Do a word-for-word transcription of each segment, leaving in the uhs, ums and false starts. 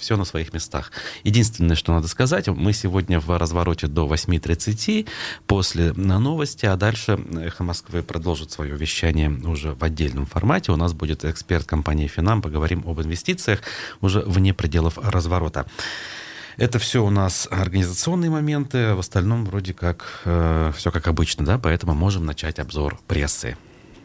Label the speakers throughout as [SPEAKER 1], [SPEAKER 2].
[SPEAKER 1] все на своих местах. Единственное, что надо сказать, мы сегодня в развороте до восемь тридцать после новости, а дальше «Эхо Москвы» продолжит свое вещание уже в отдельном формате. У нас будет эксперт компании «Финам». Поговорим об инвестициях уже вне пределов разворота. Это все у нас организационные моменты, в остальном вроде как э, все как обычно, да, поэтому можем начать обзор прессы.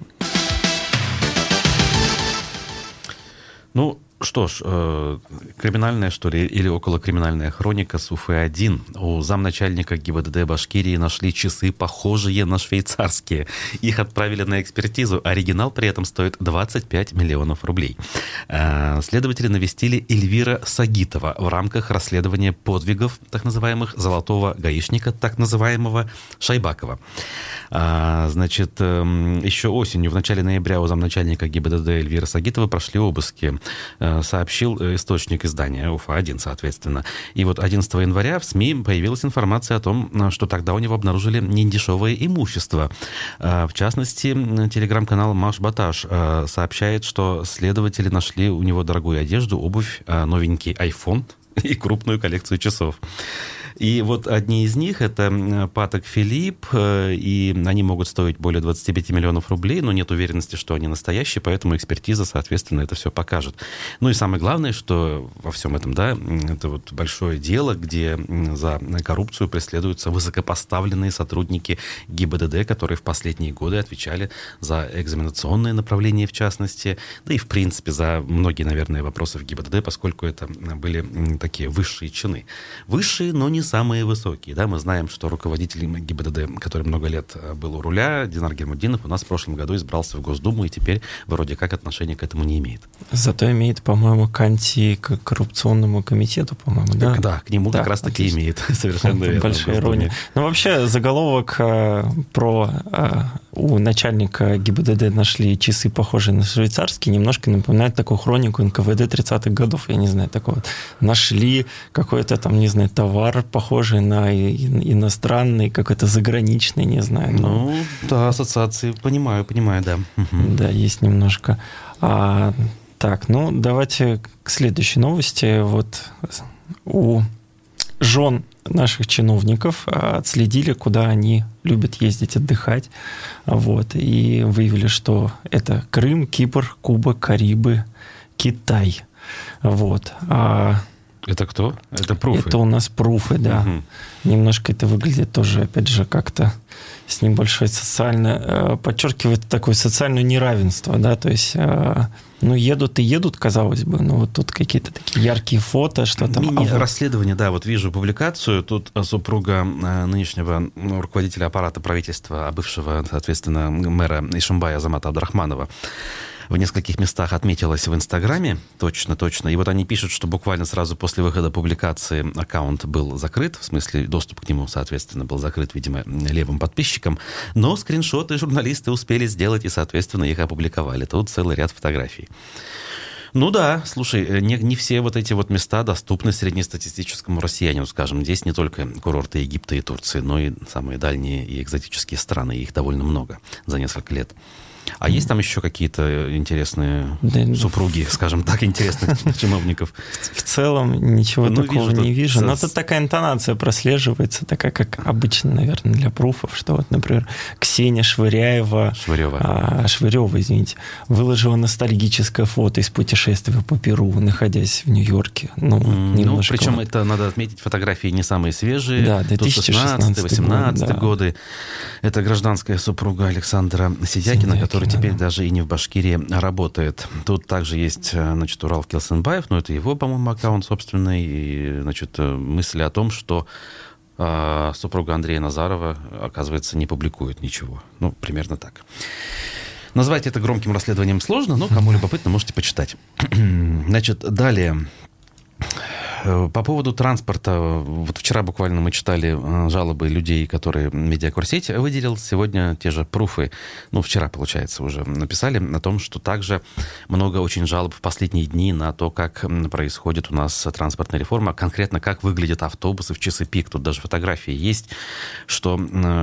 [SPEAKER 1] Ну, что ж, э, криминальная, что ли, или околокриминальная хроника с Уфы один. У замначальника ГИБДД Башкирии нашли часы, похожие на швейцарские. Их отправили на экспертизу. Оригинал при этом стоит двадцать пять миллионов рублей. Э, следователи навестили Эльвира Сагитова в рамках расследования подвигов так называемых золотого гаишника, так называемого Шайбакова. Э, значит, э, еще осенью, в начале ноября у замначальника ГИБДД Эльвира Сагитова прошли обыски, сообщил источник издания Уфа один, соответственно. И вот одиннадцатого января в СМИ появилась информация о том, что тогда у него обнаружили недешевое имущество. В частности, телеграм-канал «Маш Баташ» сообщает, что следователи нашли у него дорогую одежду, обувь, новенький айфон и крупную коллекцию часов. И вот одни из них — это Патек Филипп, и они могут стоить более двадцать пять миллионов рублей, но нет уверенности, что они настоящие, поэтому экспертиза, соответственно, это все покажет. Ну и самое главное, что во всем этом, да, это вот большое дело, где за коррупцию преследуются высокопоставленные сотрудники ГИБДД, которые в последние годы отвечали за экзаменационное направление, в частности, да и, в принципе, за многие, наверное, вопросы в ГИБДД, поскольку это были такие высшие чины. Высшие, но не самые высокие. Да? Мы знаем, что руководитель ГИБДД, который много лет был у руля, Динар Гермудинов, у нас в прошлом году избрался в Госдуму и теперь вроде как отношения к этому не имеет.
[SPEAKER 2] Зато имеет, по-моему, к антикоррупционному комитету, по-моему, да?
[SPEAKER 1] Да, к нему да, как раз-таки имеет. Совершенно верно.
[SPEAKER 2] Большая ирония. Ну, вообще, заголовок э, про э, у начальника ГИБДД нашли часы, похожие на швейцарские, немножко напоминает такую хронику эн ка вэ дэ тридцатых годов, я не знаю, такого вот. Нашли какой-то там, не знаю, товар, похожий на иностранный, какой-то заграничный, не знаю.
[SPEAKER 1] Но... Ну, да, ассоциации, понимаю, понимаю, да.
[SPEAKER 2] Да, есть немножко. А, так, ну, давайте к следующей новости. Вот у жен наших чиновников отследили, куда они любят ездить отдыхать. Вот, и выявили, что это Крым, Кипр, Куба, Карибы, Китай. Вот. А
[SPEAKER 1] это кто? Это пруфы?
[SPEAKER 2] Это у нас пруфы, да. Угу. Немножко это выглядит тоже, опять же, как-то с небольшой социально... Подчеркивает такое социальное неравенство, да, то есть... Ну, едут и едут, казалось бы, но вот тут какие-то такие яркие фото, что там...
[SPEAKER 1] Мини-расследование, да, вот вижу публикацию, тут супруга нынешнего руководителя аппарата правительства, бывшего, соответственно, мэра Ишимбая Азамата Абдрахманова, в нескольких местах отметилась в Инстаграме, точно-точно, и вот они пишут, что буквально сразу после выхода публикации аккаунт был закрыт, в смысле доступ к нему, соответственно, был закрыт, видимо, левым подписчикам, но скриншоты журналисты успели сделать и, соответственно, их опубликовали. Тут целый ряд фотографий. Ну да, слушай, не, не все вот эти вот места доступны среднестатистическому россиянину, скажем. Здесь не только курорты Египта и Турции, но и самые дальние и экзотические страны, их довольно много за несколько лет. А есть там еще какие-то интересные да, супруги, скажем так, интересных чиновников?
[SPEAKER 2] В целом ничего ну, такого вижу, не вижу. Со... Но тут такая интонация прослеживается, такая, как обычно, наверное, для пруфов, что вот, например, Ксения Швыряева,
[SPEAKER 1] Швырева,
[SPEAKER 2] а, Швырева, извините, выложила ностальгическое фото из путешествия по Перу, находясь в Нью-Йорке. Ну,
[SPEAKER 1] mm,
[SPEAKER 2] немножко
[SPEAKER 1] ну причем
[SPEAKER 2] вот.
[SPEAKER 1] Это, надо отметить, фотографии не самые свежие.
[SPEAKER 2] Да, две тысячи шестнадцатый-восемнадцатый
[SPEAKER 1] да. годы. Это гражданская супруга Александра Сидякина, Сидякина который теперь да. даже и не в Башкирии работает. Тут также есть, значит, Урал Келсенбаев, но это его, по-моему, аккаунт собственный. И, значит, мысли о том, что э, супруга Андрея Назарова, оказывается, не публикует ничего. Ну, примерно так. Назвать это громким расследованием сложно, но кому любопытно, можете почитать. Значит, далее. по поводу транспорта. Вот вчера буквально мы читали жалобы людей, которые Медиакурсеть выделил. Сегодня те же пруфы, ну, вчера, получается, уже написали о том, что также много очень жалоб в последние дни на то, как происходит у нас транспортная реформа, конкретно как выглядят автобусы в часы пик. Тут даже фотографии есть, что,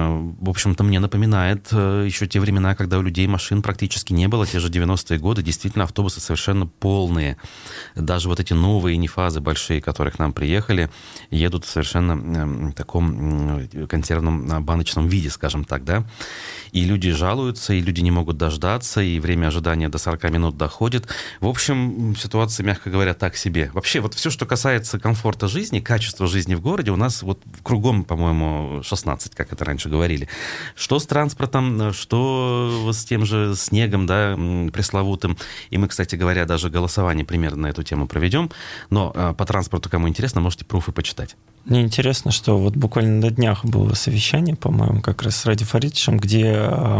[SPEAKER 1] в общем-то, мне напоминает еще те времена, когда у людей машин практически не было, те же девяностые годы. Действительно, автобусы совершенно полные. Даже вот эти новые нефазы большие, которые к нам приехали, едут в совершенно таком консервном баночном виде, скажем так, да. И люди жалуются, и люди не могут дождаться, и время ожидания до сорок минут доходит. В общем, ситуация, мягко говоря, так себе. Вообще, вот все, что касается комфорта жизни, качества жизни в городе, у нас вот кругом, по-моему, шестнадцать, как это раньше говорили. Что с транспортом, что с тем же снегом, да, пресловутым. И мы, кстати говоря, даже голосование примерно на эту тему проведем. Но э, по транспорту, кому интересно, можете пруфы почитать.
[SPEAKER 2] Мне интересно, что вот буквально на днях было совещание, по-моему, как раз с Ради Фаридовичем, где э,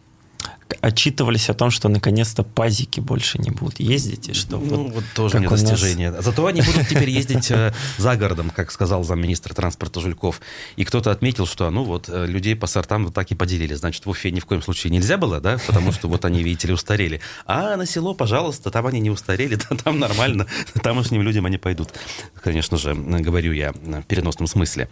[SPEAKER 2] отчитывались о том, что наконец-то пазики больше не будут ездить. И что
[SPEAKER 1] ну,
[SPEAKER 2] вот,
[SPEAKER 1] вот тоже не достижение. Нас... Зато они будут теперь ездить э, за городом, как сказал замминистра транспорта Жульков. И кто-то отметил, что ну вот людей по сортам вот так и поделили. Значит, в Уфе ни в коем случае нельзя было, да, потому что вот они, видите ли, устарели. А на село, пожалуйста, там они не устарели, там нормально, тамошним людям они пойдут. Конечно же, говорю я в переносном смысле.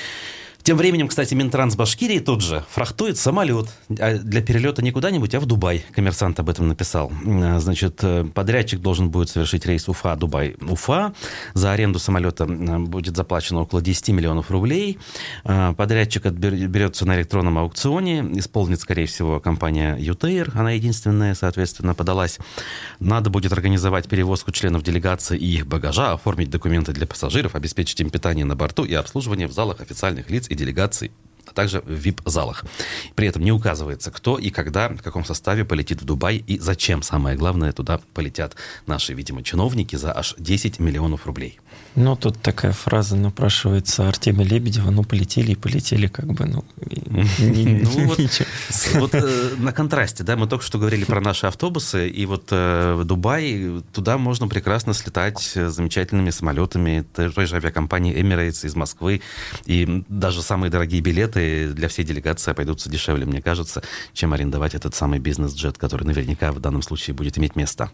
[SPEAKER 1] Тем временем, кстати, Минтранс Башкирии тут же фрахтует самолет для перелета не куда-нибудь, а в Дубай. Коммерсант об этом написал. Значит, подрядчик должен будет совершить рейс Уфа-Дубай-Уфа. За аренду самолета будет заплачено около десять миллионов рублей. Подрядчик берется на электронном аукционе. Исполнит, скорее всего, компания ЮТЭЙР. Она единственная, соответственно, подалась. Надо будет организовать перевозку членов делегации и их багажа, оформить документы для пассажиров, обеспечить им питание на борту и обслуживание в залах официальных лиц и делегаций, а также в ви ай пи-залах. При этом не указывается, кто и когда, в каком составе полетит в Дубай и зачем, самое главное, туда полетят наши, видимо, чиновники за аж десять миллионов рублей.
[SPEAKER 2] Ну, тут такая фраза напрашивается Артемия Лебедева, ну, полетели и полетели, как бы, ну...
[SPEAKER 1] Ну, вот на контрасте, да, мы только что говорили про наши автобусы, и вот в Дубай, туда можно прекрасно слетать замечательными самолетами той же авиакомпании Emirates из Москвы, и даже самые дорогие билеты для всей делегации обойдутся дешевле, мне кажется, чем арендовать этот самый бизнес-джет, который наверняка в данном случае будет иметь место.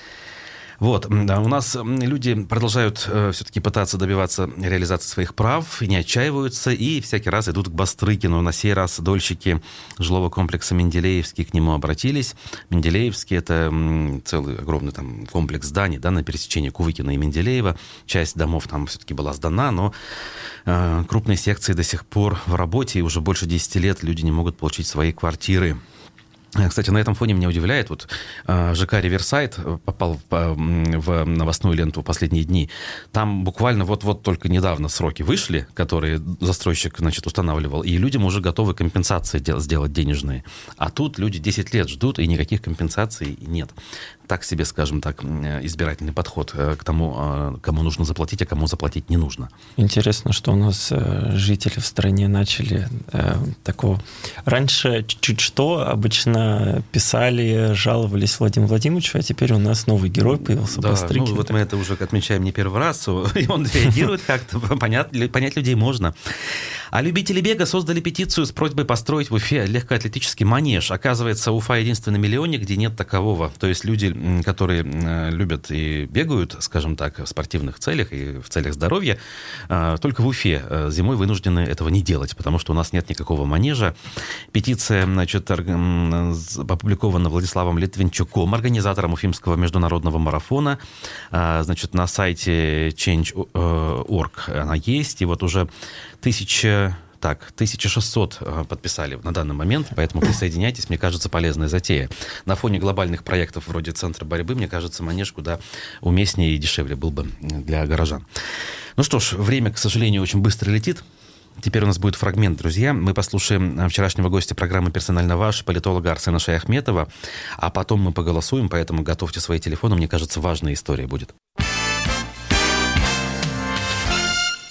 [SPEAKER 1] Вот, да, у нас люди продолжают э, все-таки пытаться добиваться реализации своих прав, и не отчаиваются, и всякий раз идут к Бастрыкину. На сей раз дольщики жилого комплекса Менделеевский к нему обратились. Менделеевский — это м, целый огромный там комплекс зданий, да, на пересечении Кувыкина и Менделеева. Часть домов там все-таки была сдана, но э, крупные секции до сих пор в работе, и уже больше десяти лет люди не могут получить свои квартиры. Кстати, на этом фоне меня удивляет, вот ЖК «Риверсайд» попал в, в новостную ленту в последние дни. Там буквально вот-вот только недавно сроки вышли, которые застройщик, значит, устанавливал, и людям уже готовы компенсации сделать денежные. А тут люди десять лет ждут, и никаких компенсаций нет. Так себе, скажем так, избирательный подход к тому, кому нужно заплатить, а кому заплатить не нужно.
[SPEAKER 2] Интересно, что у нас жители в стране начали э, такого... Раньше чуть что обычно писали, жаловались Владимиру Владимировичу, а теперь у нас новый герой появился,
[SPEAKER 1] да,
[SPEAKER 2] Бастрыкин.
[SPEAKER 1] Ну, вот мы это уже отмечаем не первый раз, и он реагирует как-то, понять, понять людей можно. А любители бега создали петицию с просьбой построить в Уфе легкоатлетический манеж. Оказывается, Уфа — единственный миллионник, где нет такового. То есть люди, которые любят и бегают, скажем так, в спортивных целях и в целях здоровья, только в Уфе зимой вынуждены этого не делать, потому что у нас нет никакого манежа. Петиция, значит, опубликована Владиславом Литвинчуком, организатором Уфимского международного марафона. Значит, на сайте чейндж точка орг она есть, и вот уже тысяча... Так, тысяча шестьсот подписали на данный момент, поэтому присоединяйтесь, мне кажется, полезная затея. На фоне глобальных проектов вроде Центра борьбы, мне кажется, манеж куда уместнее и дешевле был бы для горожан. Ну что ж, время, к сожалению, очень быстро летит. Теперь у нас будет фрагмент, друзья. Мы послушаем вчерашнего гостя программы «Персонально ваш», политолога Арсена Шаяхметова, а потом мы поголосуем, поэтому готовьте свои телефоны, мне кажется, важная история будет.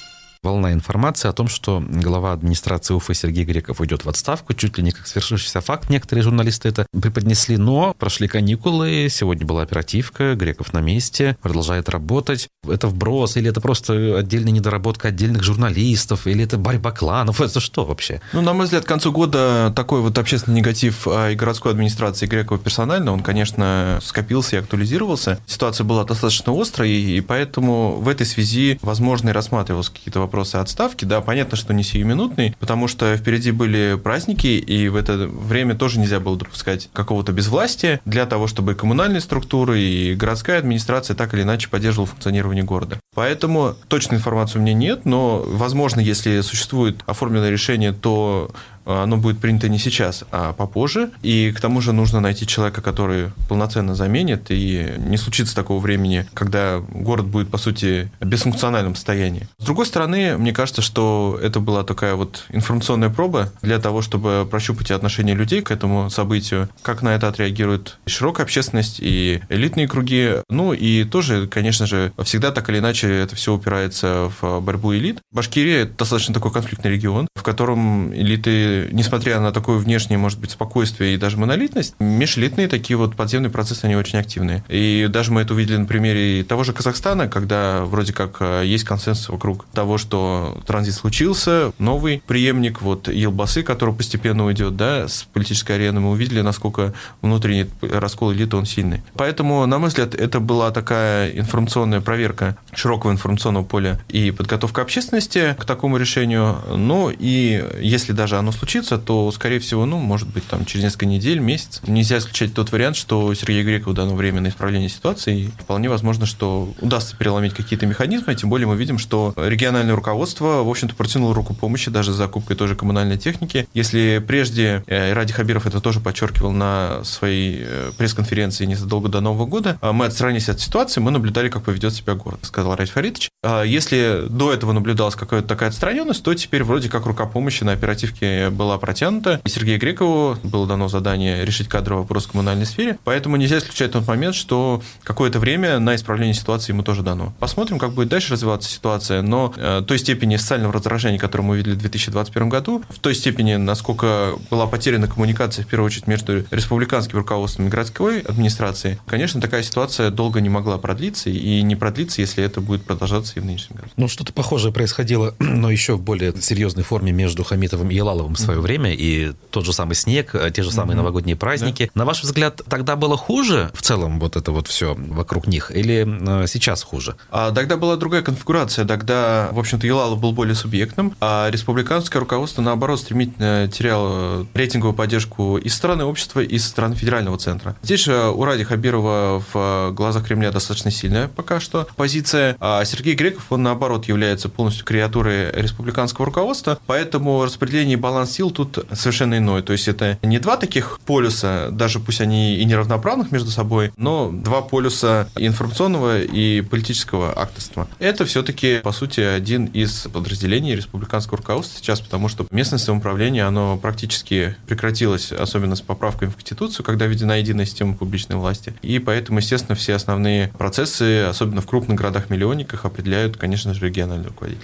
[SPEAKER 1] волна информации о том, что глава администрации Уфы Сергей Греков уйдет в отставку. Чуть ли не как свершившийся факт. Некоторые журналисты это преподнесли, но прошли каникулы, сегодня была оперативка, Греков на месте, продолжает работать. Это вброс или это просто отдельная недоработка отдельных журналистов, или это борьба кланов? Это что вообще?
[SPEAKER 3] Ну, на мой взгляд, к концу года такой вот общественный негатив и городской администрации Грекова персонально, он, конечно, скопился и актуализировался. Ситуация была достаточно острой, и поэтому в этой связи, возможно, и рассматривались какие-то вопросы отставки. Да, понятно, что не сиюминутный, потому что впереди были праздники, и в это время тоже нельзя было допускать какого-то безвластия для того, чтобы и коммунальные структуры, и городская администрация так или иначе поддерживала функционирование города. Поэтому точной информации у меня нет, но, возможно, если существует оформленное решение, то оно будет принято не сейчас, а попозже. И к тому же нужно найти человека, который полноценно заменит, и не случится такого времени, когда город будет, по сути, в бесфункциональном состоянии. С другой стороны, мне кажется, что это была такая вот информационная проба для того, чтобы прощупать отношение людей к этому событию, как на это отреагирует и широкая общественность, и элитные круги. Ну и тоже, конечно же, всегда так или иначе это все упирается в борьбу элит. Башкирия – это достаточно такой конфликтный регион, в котором элиты, несмотря на такое внешнее, может быть, спокойствие и даже монолитность, межэлитные такие вот подземные процессы, они очень активные. И даже мы это увидели на примере того же Казахстана, когда вроде как есть консенсус вокруг того, что транзит случился, новый преемник, вот Елбасы, который постепенно уйдет, да, с политической арены, мы увидели, насколько внутренний раскол элиты, он сильный. Поэтому, на мой взгляд, это была такая информационная проверка широкого информационного поля и подготовка общественности к такому решению. Ну и если даже оно случится, то, скорее всего, ну, может быть, там, через несколько недель, месяц. Нельзя исключать тот вариант, что Сергею Грекову дано время на исправление ситуации, и вполне возможно, что удастся переломить какие-то механизмы, тем более мы видим, что региональное руководство, в общем-то, протянуло руку помощи даже с закупкой той же коммунальной техники. Если прежде, и Ради Хабиров это тоже подчеркивал на своей пресс-конференции незадолго до Нового года, мы отстранились от ситуации, мы наблюдали, как поведет себя город, сказал Ради Фаритович. Если до этого наблюдалась какая-то такая отстраненность, то теперь вроде как рука помощи на оперативке была протянута, и Сергею Грекову было дано задание решить кадровый вопрос в коммунальной сфере, поэтому нельзя исключать тот момент, что какое-то время на исправление ситуации ему тоже дано. Посмотрим, как будет дальше развиваться ситуация, но э, той степени социального раздражения, которое мы увидели в две тысячи двадцать первом году, в той степени, насколько была потеряна коммуникация, в первую очередь, между республиканским руководством и городской администрацией, конечно, такая ситуация долго не могла продлиться и не продлится, если это будет продолжаться и в нынешнем году.
[SPEAKER 1] Ну, что-то похожее происходило, но еще в более серьезной форме между Хамитовым и Елаловым в свое mm-hmm. время, и тот же самый снег, те же самые mm-hmm. новогодние праздники. Да. На ваш взгляд, тогда было хуже в целом вот это вот все вокруг них, или сейчас хуже?
[SPEAKER 3] А тогда была другая конфигурация, тогда, в общем-то, Елалов был более субъектным, а республиканское руководство, наоборот, стремительно теряло рейтинговую поддержку и со стороны общества, и со стороны федерального центра. Здесь же у Ради Хабирова в глазах Кремля достаточно сильная пока что позиция, а Сергей Греков, он, наоборот, является полностью креатурой республиканского руководства, поэтому распределение и баланс сил тут совершенно иной. То есть это не два таких полюса, даже пусть они и неравноправных между собой, но два полюса информационного и политического акторства. Это все-таки, по сути, один из подразделений республиканского руководства сейчас, потому что местное самоуправление, оно практически прекратилось, особенно с поправкой в Конституцию, когда введена единая система публичной власти. И поэтому, естественно, все основные процессы, особенно в крупных городах-миллионниках, определяют, конечно же, региональные руководители.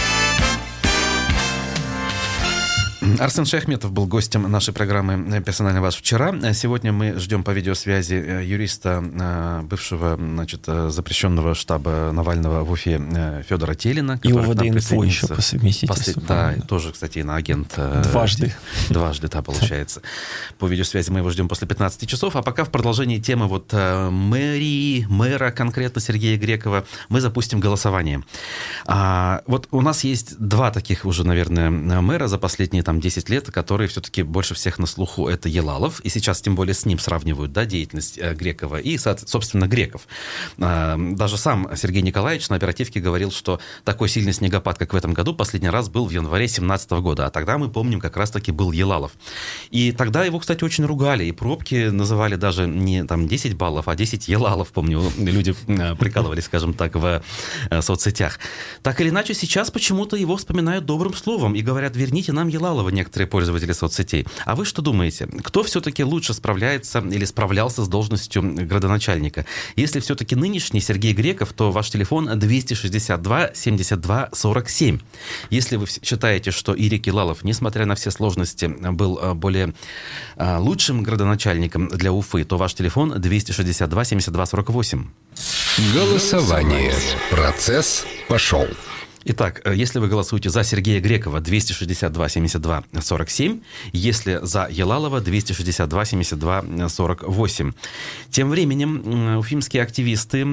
[SPEAKER 1] Арсен Шаяхметов был гостем нашей программы «Персонально ваш» вчера. Сегодня мы ждем по видеосвязи юриста, бывшего, значит, запрещенного штаба Навального в Уфе Федора Телина.
[SPEAKER 2] И УВД-инфо еще по совместительству.
[SPEAKER 1] Послед... Да, тоже, кстати, иноагент.
[SPEAKER 2] Дважды.
[SPEAKER 1] Дважды, да, получается. По видеосвязи мы его ждем после пятнадцати часов. А пока в продолжении темы вот мэрии, мэра, конкретно Сергея Грекова, мы запустим голосование. А, вот у нас есть два таких уже, наверное, мэра за последние там десять лет, которые все-таки больше всех на слуху. Это Елалов, и сейчас тем более с ним сравнивают, да, деятельность Грекова и, собственно, Греков. Даже сам Сергей Николаевич на оперативке говорил, что такой сильный снегопад, как в этом году, последний раз был в январе семнадцатого года, а тогда, мы помним, как раз-таки был Елалов. И тогда его, кстати, очень ругали, и пробки называли даже не там десять баллов, а десять Елалов, помню, люди прикалывались, скажем так, в соцсетях. Так или иначе, сейчас почему-то его вспоминают добрым словом и говорят: верните нам Елалова. Елалова некоторые пользователи соцсетей. А вы что думаете? Кто все-таки лучше справляется или справлялся с должностью градоначальника? Если все-таки нынешний Сергей Греков, то ваш телефон двести шестьдесят два семьдесят два сорок семь. Если вы считаете, что Ирик Елалов, несмотря на все сложности, был более лучшим градоначальником для Уфы, то ваш телефон двести шестьдесят два семьдесят два сорок восемь.
[SPEAKER 4] Голосование. Процесс пошел.
[SPEAKER 1] Итак, если вы голосуете за Сергея Грекова, двести шестьдесят два семьдесят два сорок семь, если за Елалова, двести шестьдесят два семьдесят два сорок восемь. Тем временем уфимские активисты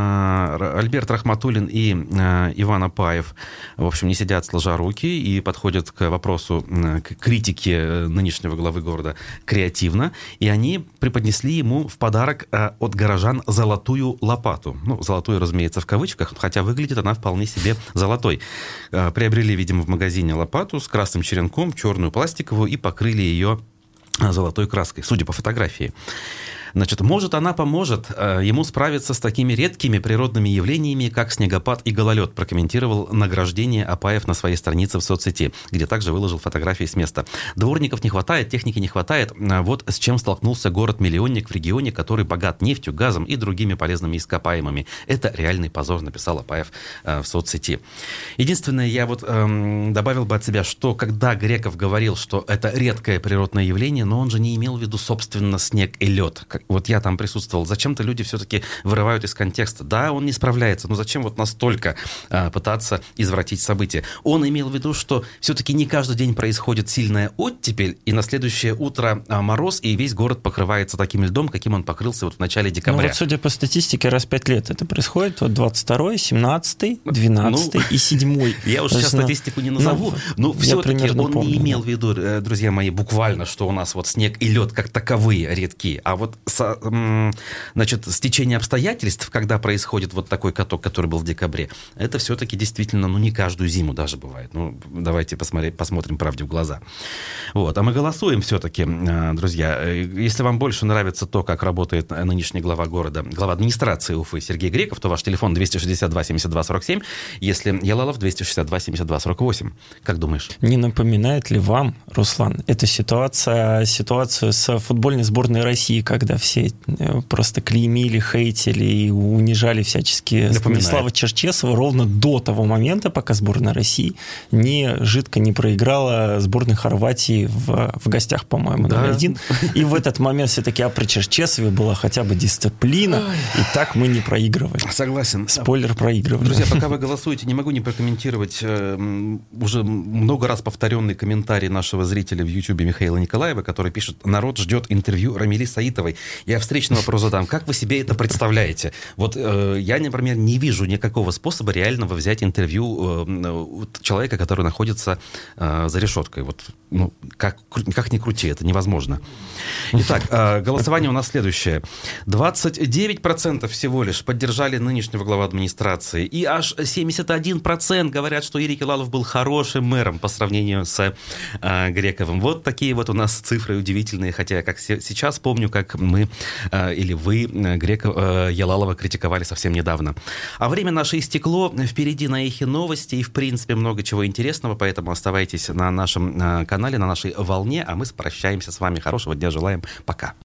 [SPEAKER 1] Альберт Рахматуллин и Иван Апаев, в общем, не сидят сложа руки и подходят к вопросу к критике нынешнего главы города креативно, и они преподнесли ему в подарок от горожан золотую лопату. Ну, золотую, разумеется, в кавычках, хотя выглядит она вполне себе золотой. Приобрели, видимо, в магазине лопату с красным черенком, черную пластиковую, и покрыли ее золотой краской, судя по фотографии. Значит, может, она поможет ему справиться с такими редкими природными явлениями, как снегопад и гололед, прокомментировал награждение Апаев на своей странице в соцсети, где также выложил фотографии с места. Дворников не хватает, техники не хватает. Вот с чем столкнулся город-миллионник в регионе, который богат нефтью, газом и другими полезными ископаемыми. Это реальный позор, написал Апаев в соцсети. Единственное, я вот эм, добавил бы от себя, что когда Греков говорил, что это редкое природное явление, но он же не имел в виду, собственно, снег и лед. Вот я там присутствовал. Зачем-то люди все-таки вырывают из контекста. Да, он не справляется, но зачем вот настолько а, пытаться извратить события? Он имел в виду, что все-таки не каждый день происходит сильная оттепель, и на следующее утро а, мороз, и весь город покрывается таким льдом, каким он покрылся вот в начале декабря.
[SPEAKER 2] Ну вот, судя по статистике, раз в пять лет это происходит. Вот двадцать второй, семнадцатый, двенадцатый ну, и седьмой.
[SPEAKER 1] Я уж сейчас статистику не назову, ну, но все-таки он помню, не имел да. в виду, друзья мои, буквально, что у нас вот снег и лед как таковые редки, а вот значит, стечение обстоятельств, когда происходит вот такой каток, который был в декабре, это все-таки действительно, ну, не каждую зиму даже бывает. Ну, давайте посмотри, посмотрим правде в глаза. Вот. А мы голосуем все-таки, друзья. Если вам больше нравится то, как работает нынешний глава города, глава администрации Уфы Сергей Греков, то ваш телефон двести шестьдесят два семьдесят два сорок семь, если Елалов двести шестьдесят два семьдесят два сорок восемь. Как думаешь?
[SPEAKER 2] Не напоминает ли вам, Руслан, эта ситуация, ситуацию с футбольной сборной России, когда все просто клеймили, хейтили и унижали всячески Станислава Черчесова ровно до того момента, пока сборная России не жидко не проиграла сборной Хорватии в, в гостях, по-моему, да. ноль один. И в этот момент все-таки а при Черчесове была хотя бы дисциплина, и так мы не проигрывали.
[SPEAKER 1] Согласен.
[SPEAKER 2] Спойлер, проигрывали.
[SPEAKER 1] Друзья, пока вы голосуете, не могу не прокомментировать э, уже много раз повторенный комментарий нашего зрителя в Ютьюбе Михаила Николаева, который пишет: «Народ ждет интервью Рамили Саитовой». Я встречный вопрос задам. Как вы себе это представляете? Вот э, я, например, не вижу никакого способа реального взять интервью э, человека, который находится э, за решеткой. Вот, ну, как, как ни крути, это невозможно. Итак, э, голосование у нас следующее. двадцать девять процентов всего лишь поддержали нынешнего главу администрации, и аж семьдесят один процент говорят, что Ирик Елалов был хорошим мэром по сравнению с э, Грековым. Вот такие вот у нас цифры удивительные, хотя я как сейчас помню, как мы или вы Грекова, Елалова критиковали совсем недавно. А время наше истекло. Впереди на Эхе новости и, в принципе, много чего интересного, поэтому оставайтесь на нашем канале, на нашей волне, а мы прощаемся с вами. Хорошего дня желаем. Пока.